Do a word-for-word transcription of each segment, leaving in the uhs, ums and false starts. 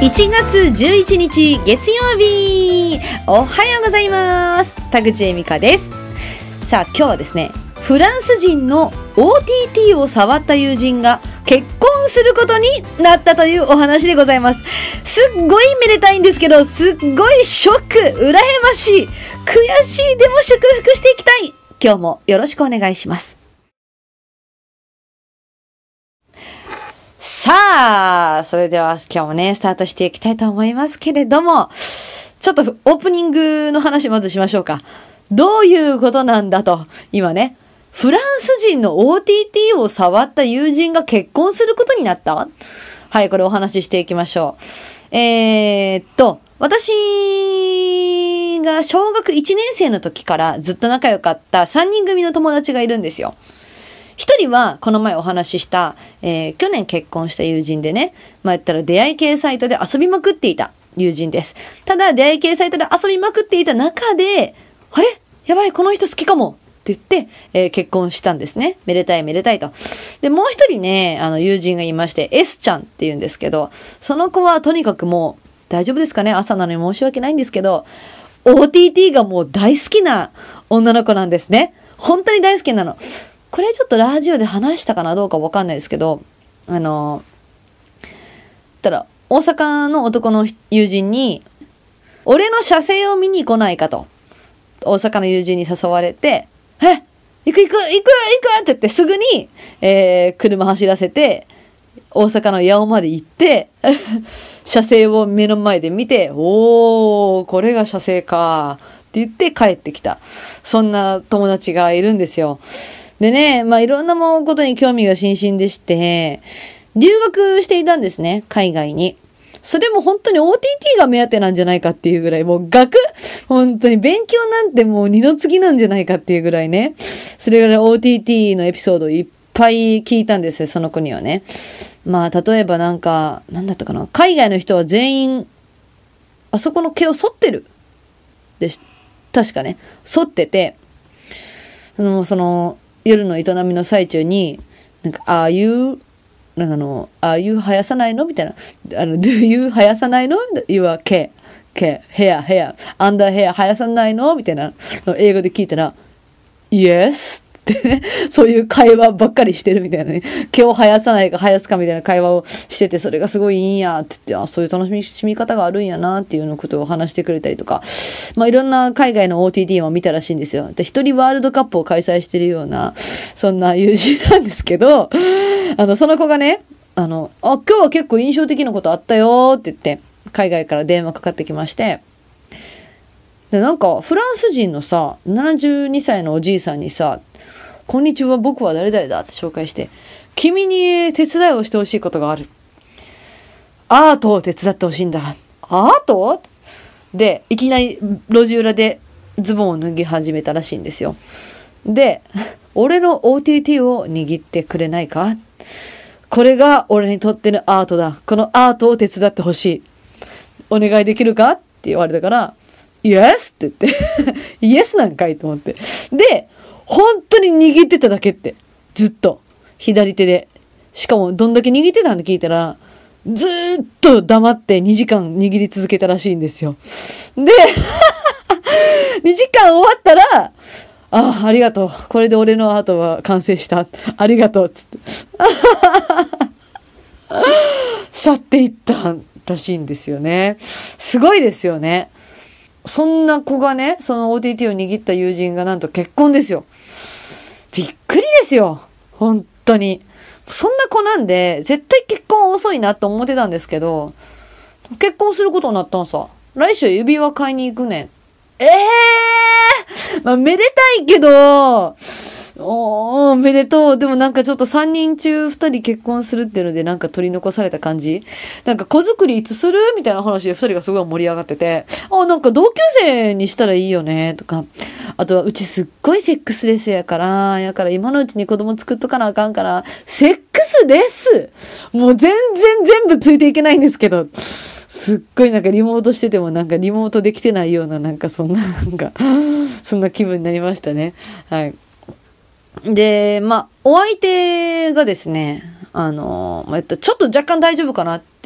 いちがつじゅういちにち月曜日、おはようございます。田口恵美香です。さあ今日はですね、フランス人の オーティーティー を触った友人が結婚することになったというお話でございます。すっごいめでたいんですけど、すっごいショック、羨ましい、悔しい、でも祝福していきたい。今日もよろしくお願いします。さあ、それでは今日もね、スタートしていきたいと思いますけれども、ちょっとオープニングの話まずしましょうか。どういうことなんだと、今ね、フランス人の オーティーティー を触った友人が結婚することになった?はい、これお話ししていきましょう。えー、っと、私が小学いちねん生の時からずっと仲良かったさんにん組の友達がいるんですよ。一人はこの前お話しした、えー、去年結婚した友人でね、まあ言ったら出会い系サイトで遊びまくっていた友人です。ただ出会い系サイトで遊びまくっていた中で、あれやばい、この人好きかもって言って、えー、結婚したんですね。めでたいめでたいと。で、もう一人ね、あの友人がいまして、S ちゃんって言うんですけど、その子はとにかくもう、大丈夫ですかね、朝なのに申し訳ないんですけど、オーティーティー がもう大好きな女の子なんですね。本当に大好きなの。これちょっとラジオで話したかなどうかわかんないですけど、あの、ただ、大阪の男の友人に、俺の写生を見に来ないかと、大阪の友人に誘われて、え、行く行く行く行くって言ってすぐに、えー、車走らせて、大阪の八尾まで行って、写生を目の前で見て、おー、これが写生か、って言って帰ってきた。そんな友達がいるんですよ。でね、まあいろんなもことに興味が津々でして、留学していたんですね、海外に。それも本当に オーティーティー が目当てなんじゃないかっていうぐらい、もう学、本当に勉強なんてもう二の次なんじゃないかっていうぐらいね、それぐらい オーティーティー のエピソードをいっぱい聞いたんですよ、その子にはね。まあ例えばなんか、なんだったかな、海外の人は全員、あそこの毛を剃ってる。です。確かね、剃ってて、その、その、夜の営みの最中に、なんか、ああいう、なんかあの、ああいう生やさないのみたいな。あの、do you 生やさないの ?your 毛、毛、ヘア、ヘア、アンダーヘア生やさないのみたいなの英語で聞いたら、Yes ってね、そういう会話ばっかりしてるみたいなね。毛を生やさないか生やすかみたいな会話をしてて、それがすごいいいんやって言って、あ、そういう楽しみ方があるんやなっていうのことを話してくれたりとか、まあいろんな海外の オーティーティー も見たらしいんですよ。で、一人ワールドカップを開催してるような、そんな友人なんですけど、あの、その子がね、あの、あ、今日は結構印象的なことあったよって言って、海外から電話かかってきまして、で、なんか、フランス人のさ、ななじゅうにさいのおじいさんにさ、こんにちは、僕は誰々だって紹介して、君に手伝いをしてほしいことがある。アートを手伝ってほしいんだ。アートで、いきなり路地裏でズボンを脱ぎ始めたらしいんですよ。で、俺の オーティーティー を握ってくれないか?これが俺にとってのアートだ。このアートを手伝ってほしい。お願いできるかって言われたから、イエスって言って、イエスなんかいと思って。で、本当に握ってただけって。ずっと。左手で。しかも、どんだけ握ってたんって聞いたら、ずーっと黙ってにじかん握り続けたらしいんですよ。で、にじかん終わったら、ああ、ありがとう。これで俺のアートは完成した。ありがとう。つって。去っていったらしいんですよね。すごいですよね。そんな子がね、その オーティーティー を握った友人がなんと結婚ですよ。びっくりですよ。本当に。そんな子なんで、絶対結婚遅いなと思ってたんですけど、結婚することになったんさ。来週指輪買いに行くねん。ええー、まあ、めでたいけど、おー、めでとう。でもなんかちょっとさんにん中ふたり結婚するっていうのでなんか取り残された感じ。なんか子作りいつするみたいな話でふたりがすごい盛り上がってて、あ、なんか同級生にしたらいいよね、とか。あとはうちすっごいセックスレスやから、やから今のうちに子供作っとかなあかんから、セックスレスもう全然全部ついていけないんですけど。すっごいなんかリモートしててもなんかリモートできてないようななんかそんななんかそんな気分になりましたね。はい。で、まあ、お相手がですね、あの、まあ、ちょっと若干大丈夫かなって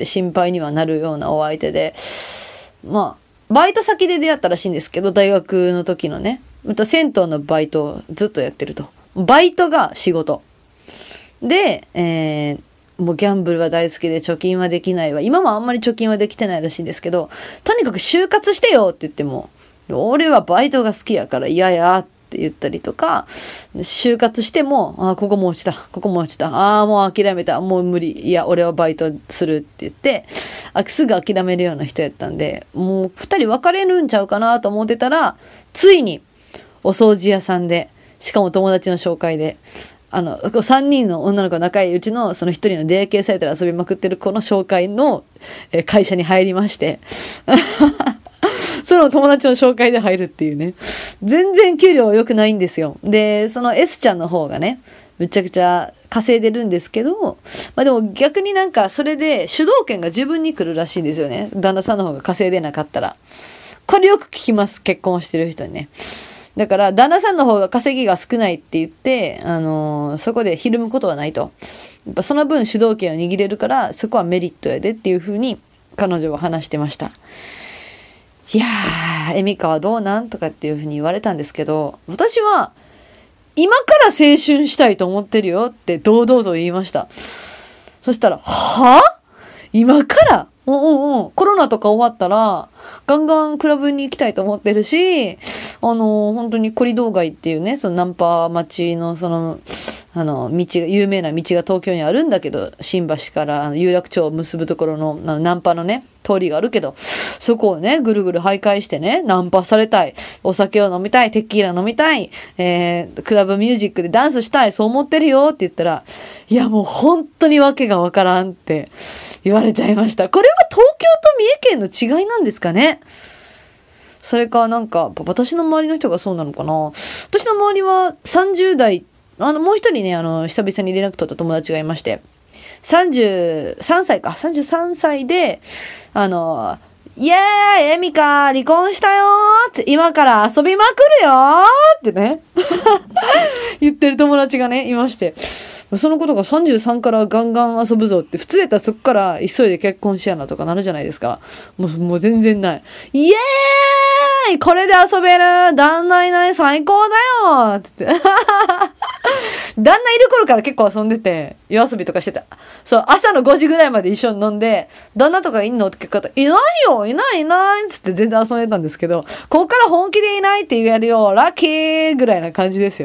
って心配にはなるようなお相手で、まあ、バイト先で出会ったらしいんですけど、大学の時のね、また銭湯のバイトをずっとやってると。バイトが仕事。で、えー、もうギャンブルは大好きで貯金はできないわ。今もあんまり貯金はできてないらしいんですけど、とにかく就活してよって言っても、俺はバイトが好きやから嫌やって言ったりとか、就活しても、あ、ここも落ちた、ここも落ちた、ああ、もう諦めた、もう無理、いや、俺はバイトするって言って、あすぐ諦めるような人やったんで、もう二人別れるんちゃうかなと思ってたら、ついにお掃除屋さんで、しかも友達の紹介で、あの、さんにんの女の子仲いいうちのそのひとりの出会い系サイトで遊びまくってる子の紹介の会社に入りまして、その友達の紹介で入るっていうね。全然給料良くないんですよ。で、その S ちゃんの方がね、めちゃくちゃ稼いでるんですけど、まあでも逆になんかそれで主導権が自分に来るらしいんですよね。旦那さんの方が稼いでなかったら。これよく聞きます。結婚してる人にね。だから、旦那さんの方が稼ぎが少ないって言って、あのー、そこでひるむことはないと。やっぱその分主導権を握れるから、そこはメリットやでっていう風に彼女は話してました。いやー、エミカはどうなんとかっていう風に言われたんですけど、私は、今から青春したいと思ってるよって堂々と言いました。そしたら、はぁ？今からうんうんうん。コロナとか終わったら、ガンガンクラブに行きたいと思ってるし、あの、本当にコリドー街っていうね、そのナンパ町のその、あの、道が、有名な道が東京にあるんだけど、新橋からあの有楽町を結ぶところの、あの、ナンパのね、通りがあるけど、そこをね、ぐるぐる徘徊してね、ナンパされたい、お酒を飲みたい、テキーラ飲みたい、えー、クラブミュージックでダンスしたい、そう思ってるよって言ったら、いやもう本当にわけがわからんって言われちゃいました。これは東京と三重県の違いなんですかね。それかなんか、私の周りの人がそうなのかな。私の周りはさんじゅう代、あの、もう一人ね、あの、久々に連絡取った友達がいまして、さんじゅうさんさいか、さんじゅうさんさいで、あの、イエーイエミカ離婚したよーって、今から遊びまくるよーってね、言ってる友達がね、いまして、そのことがさんじゅうさんからガンガン遊ぶぞって、普通やったらそこから急いで結婚しやなとかなるじゃないですか。もう、もう全然ない。イエーイこれで遊べる旦那いない最高だよって言って。旦那いる頃から結構遊んでて、夜遊びとかしてた。そう、朝のごじぐらいまで一緒に飲んで、旦那とかいんのって聞く方、いないよいないいないっつって全然遊んでたんですけど、ここから本気でいないって言えるよラッキーぐらいな感じですよ。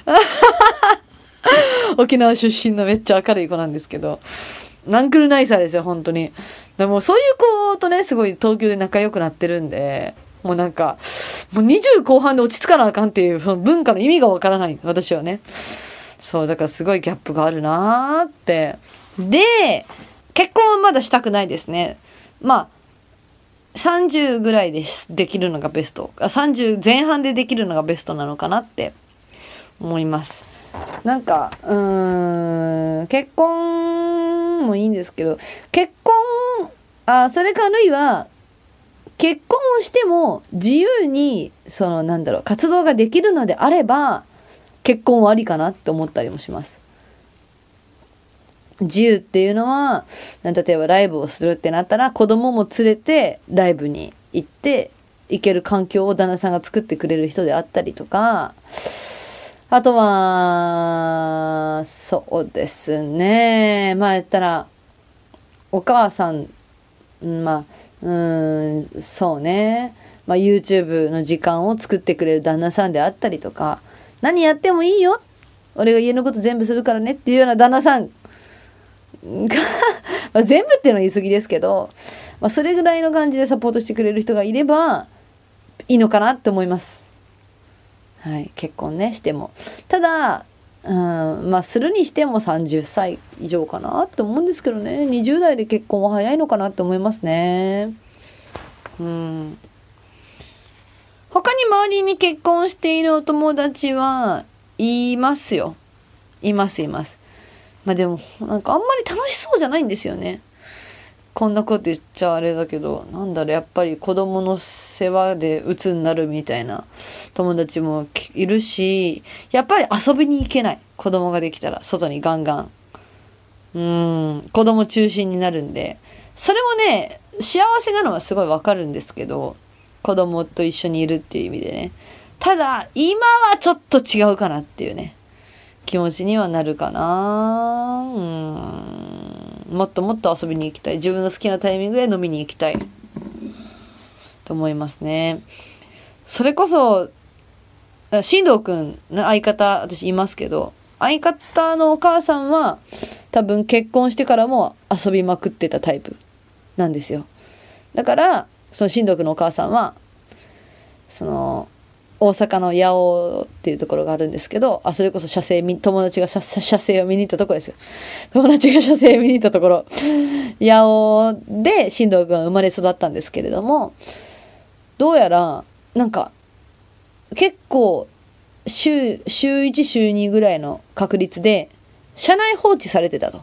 沖縄出身のめっちゃ明るい子なんですけど、ナンクルナイサーですよ、本当に。でもそういう子とね、すごい東京で仲良くなってるんで、もうなんか、もうにじゅう後半で落ち着かなあかんっていう、その文化の意味がわからない、私はね。そう、だからすごいギャップがあるなーって。で、結婚はまだしたくないですね。まあ、さんじゅうぐらいでできるのがベスト。さんじゅう前半でできるのがベストなのかなって思います。なんか、うーん、結婚もいいんですけど、結婚、あ、それかあるいは、結婚をしても自由に、その、なんだろう、活動ができるのであれば、結婚はありかなって思ったりもします。自由っていうのは、例えばライブをするってなったら、子供も連れてライブに行って、行ける環境を旦那さんが作ってくれる人であったりとか、あとは、そうですね。まあ言ったら、お母さん、まあ、うーん、そうね。まあ YouTube の時間を作ってくれる旦那さんであったりとか、何やってもいいよ。俺が家のこと全部するからねっていうような旦那さんが、まあ全部っていうのは言い過ぎですけど、まあそれぐらいの感じでサポートしてくれる人がいればいいのかなって思います。はい、結婚ねしても、ただ、うん、まあするにしてもさんじゅっさい以上かなって思うんですけどね。にじゅう代で結婚は早いのかなって思いますね。うん。他に周りに結婚しているお友達はいますよ。いますいます。まあでもなんかあんまり楽しそうじゃないんですよね。こんなこと言っちゃあれだけど、なんだろう、やっぱり子供の世話で鬱になるみたいな友達もいるし、やっぱり遊びに行けない。子供ができたら、外にガンガン。うーん、子供中心になるんで、 それもね、幸せなのはすごいわかるんですけど、子供と一緒にいるっていう意味でね。ただ、今はちょっと違うかなっていうね、気持ちにはなるかな。うーん。もっともっと遊びに行きたい。自分の好きなタイミングで飲みに行きたい。と思いますね。それこそ、進藤くんの相方、私いますけど、相方のお母さんは多分結婚してからも遊びまくってたタイプなんですよ。だから、その進藤くんのお母さんは、その、大阪の八尾っていうところがあるんですけど、あ、それこそ写生、友達が写写生を見に行ったところですよ。友達が写生を見に行ったところ、八尾で進藤くんは生まれ育ったんですけれども、どうやら、なんか、結構、週、週いち、週にぐらいの確率で、車内放置されてたと。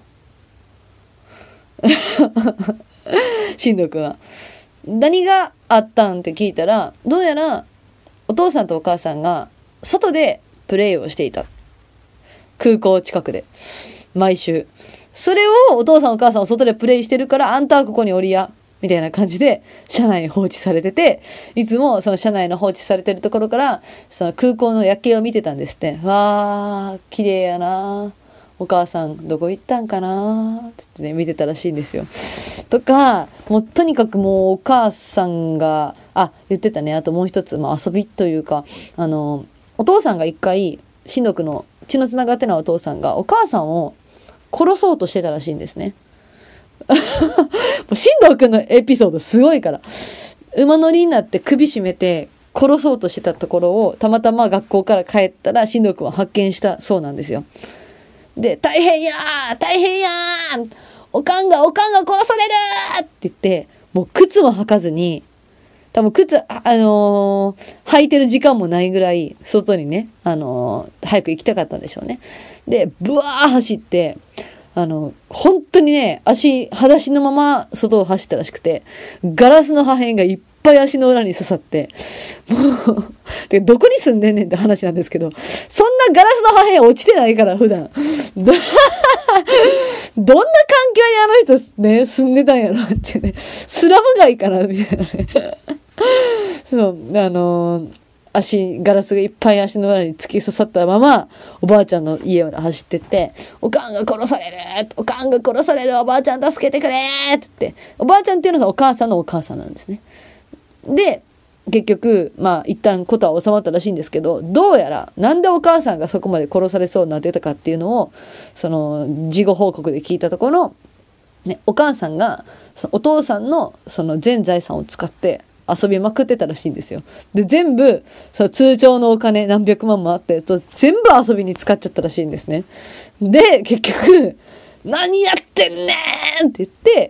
進藤くんは。何があったんって聞いたら、どうやら、お父さんとお母さんが、外でプレイをしていた。空港近くで。毎週。それをお父さんお母さんは外でプレイしてるから、あんたはここにおりや。みたいな感じで車内に放置されてて、いつもその車内の放置されてるところからその空港の夜景を見てたんですって。わー綺麗やな、お母さんどこ行ったんかなって言ってね、見てたらしいんですよ。とかもうとにかくもうお母さんがあ言ってたね。あともう一つ、まあ、遊びというか、あのお父さんが一回親族の血のつながってないお父さんがお母さんを殺そうとしてたらしいんですね。もう進藤くんのエピソードすごいから、馬乗りになって首絞めて殺そうとしてたところをたまたま学校から帰ったら進藤くんは発見したそうなんですよ。で大変やー大変やーおかんがおかんが殺されるって言ってもう靴も履かずに、多分靴あのー、履いてる時間もないぐらい外にね、あのー、早く行きたかったんでしょうね。でブワー走ってあの、本当にね、足、裸足のまま外を走ったらしくて、ガラスの破片がいっぱい足の裏に刺さって、もう、でどこに住んでんねんって話なんですけど、そんなガラスの破片落ちてないから、普段。どんな環境にあの人ね、住んでたんやろってね、スラム街かなみたいなね。そう、あのー、足、ガラスがいっぱい足の裏に突き刺さったまま、おばあちゃんの家まで走ってって、おかんが殺されるおかんが殺されるおばあちゃん助けてくれって言って、おばあちゃんっていうのはお母さんのお母さんなんですね。で、結局、まあ、一旦ことは収まったらしいんですけど、どうやら、なんでお母さんがそこまで殺されそうになってたかっていうのを、その、事後報告で聞いたところ、ね、お母さんが、そのお父さんのその全財産を使って、遊びまくってたらしいんですよ。で、全部、その通帳のお金何百万もあってと、全部遊びに使っちゃったらしいんですね。で、結局、何やってんねーんって言って、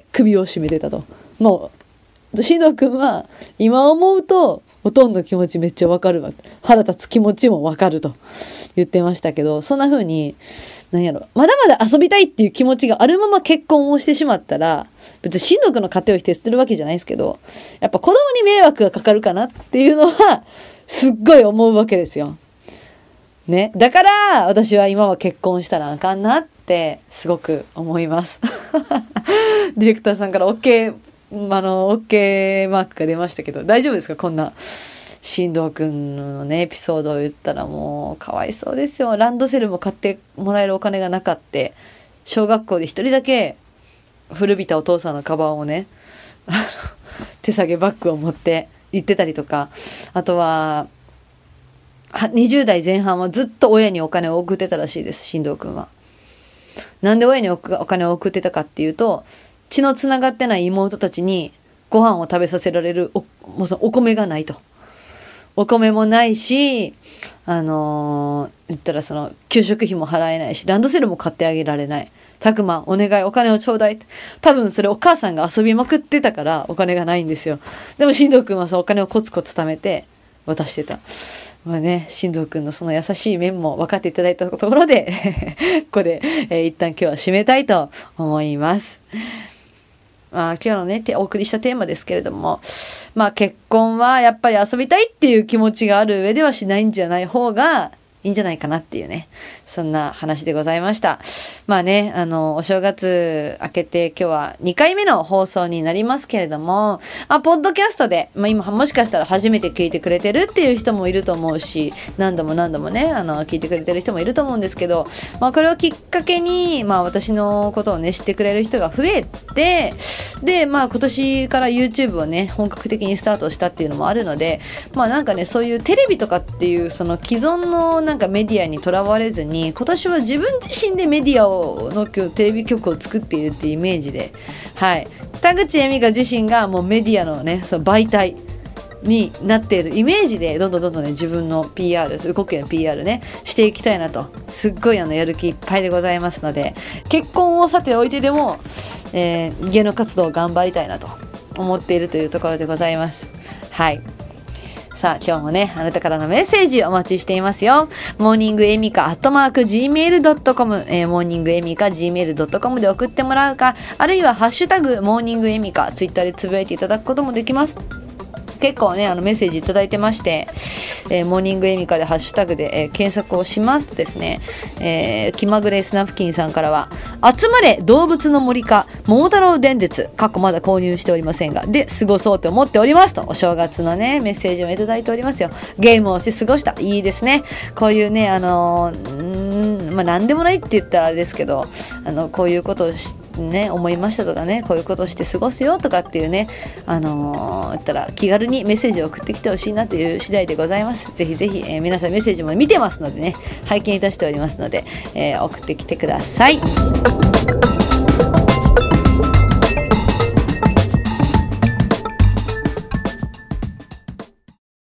首を絞めてたと。もう、しのくんは、今思うと、おとんの気持ちめっちゃわかるわ。腹立つ気持ちもわかると言ってましたけど、そんな風に、何やろ、まだまだ遊びたいっていう気持ちがあるまま結婚をしてしまったら、別に親族の家庭を否定するわけじゃないですけど、やっぱ子供に迷惑がかかるかなっていうのはすっごい思うわけですよ。ね。だから私は今は結婚したらあかんなってすごく思います。ディレクターさんから OK、あの OK マークが出ましたけど、大丈夫ですか？こんな進藤くんのねエピソードを言ったらもうかわいそうですよ。ランドセルも買ってもらえるお金がなかって、小学校で一人だけ古びたお父さんのカバンをね、あの手提げバッグを持って行ってたりとか、あとはにじゅう代前半はずっと親にお金を送ってたらしいです、進藤くんは。なんで親にお金を送ってたかっていうと、血のつながってない妹たちにご飯を食べさせられる お, もうそのお米がないと。お米もないし、あのー、言ったらその給食費も払えないし、ランドセルも買ってあげられない。たくまお願いお金をちょうだいって。多分それお母さんが遊びまくってたからお金がないんですよ。でも進藤くんはそのお金をコツコツ貯めて渡してた。まあね、進藤くんのその優しい面も分かっていただいたところでここで、えー、一旦今日は締めたいと思います。まあ、今日のねお送りしたテーマですけれども、まあ結婚はやっぱり遊びたいっていう気持ちがある上ではしないんじゃない方がいいんじゃないかなっていうね、そんな話でございました。まあね、あの、お正月明けて今日はにかいめの放送になりますけれども、あ、ポッドキャストで、まあ今もしかしたら初めて聞いてくれてるっていう人もいると思うし、何度も何度もね、あの、聞いてくれてる人もいると思うんですけど、まあこれをきっかけに、まあ私のことをね、知ってくれる人が増えて、で、まあ今年から YouTube をね、本格的にスタートしたっていうのもあるので、まあなんかね、そういうテレビとかっていうその既存のなんかメディアにとらわれずに、今年は自分自身でメディアをのテレビ局を作っているっていうイメージで、はい、田口恵美香自身がもうメディアのね、その媒体になっているイメージでどんどんどんどんね、自分の ピーアール、動きの ピーアール ねしていきたいなと、すっごいあのやる気いっぱいでございますので、結婚をさておいてでも、えー、芸能活動を頑張りたいなと思っているというところでございます。はい。さあ今日もね、あなたからのメッセージお待ちしていますよ。モーニングエミカアットマーク ジーメールドットコム、えー、モーニングエミカ ジーメールドットコム で送ってもらうか、あるいはハッシュタグモーニングエミカ、ツイッターでつぶやいていただくこともできます。結構ね、あのメッセージいただいてまして、えー、モーニングエミカでハッシュタグで、えー、検索をしますとですね、えー、気まぐれスナフキンさんからは、集まれ動物の森か桃太郎電鉄、過去まだ購入しておりませんが、で過ごそうと思っておりますと、お正月のねメッセージをいただいておりますよ。ゲームをして過ごした、いいですね。こういうね、あのー、んまあ何でもないって言ったらあれですけど、あのこういうことをしてね、思いましたとかね、こういうことをして過ごすよとかっていうね、あのー、言ったら気軽にメッセージを送ってきてほしいなという次第でございます。ぜひぜひ、えー、皆さんメッセージも見てますのでね、拝見いたしておりますので、えー、送ってきてください。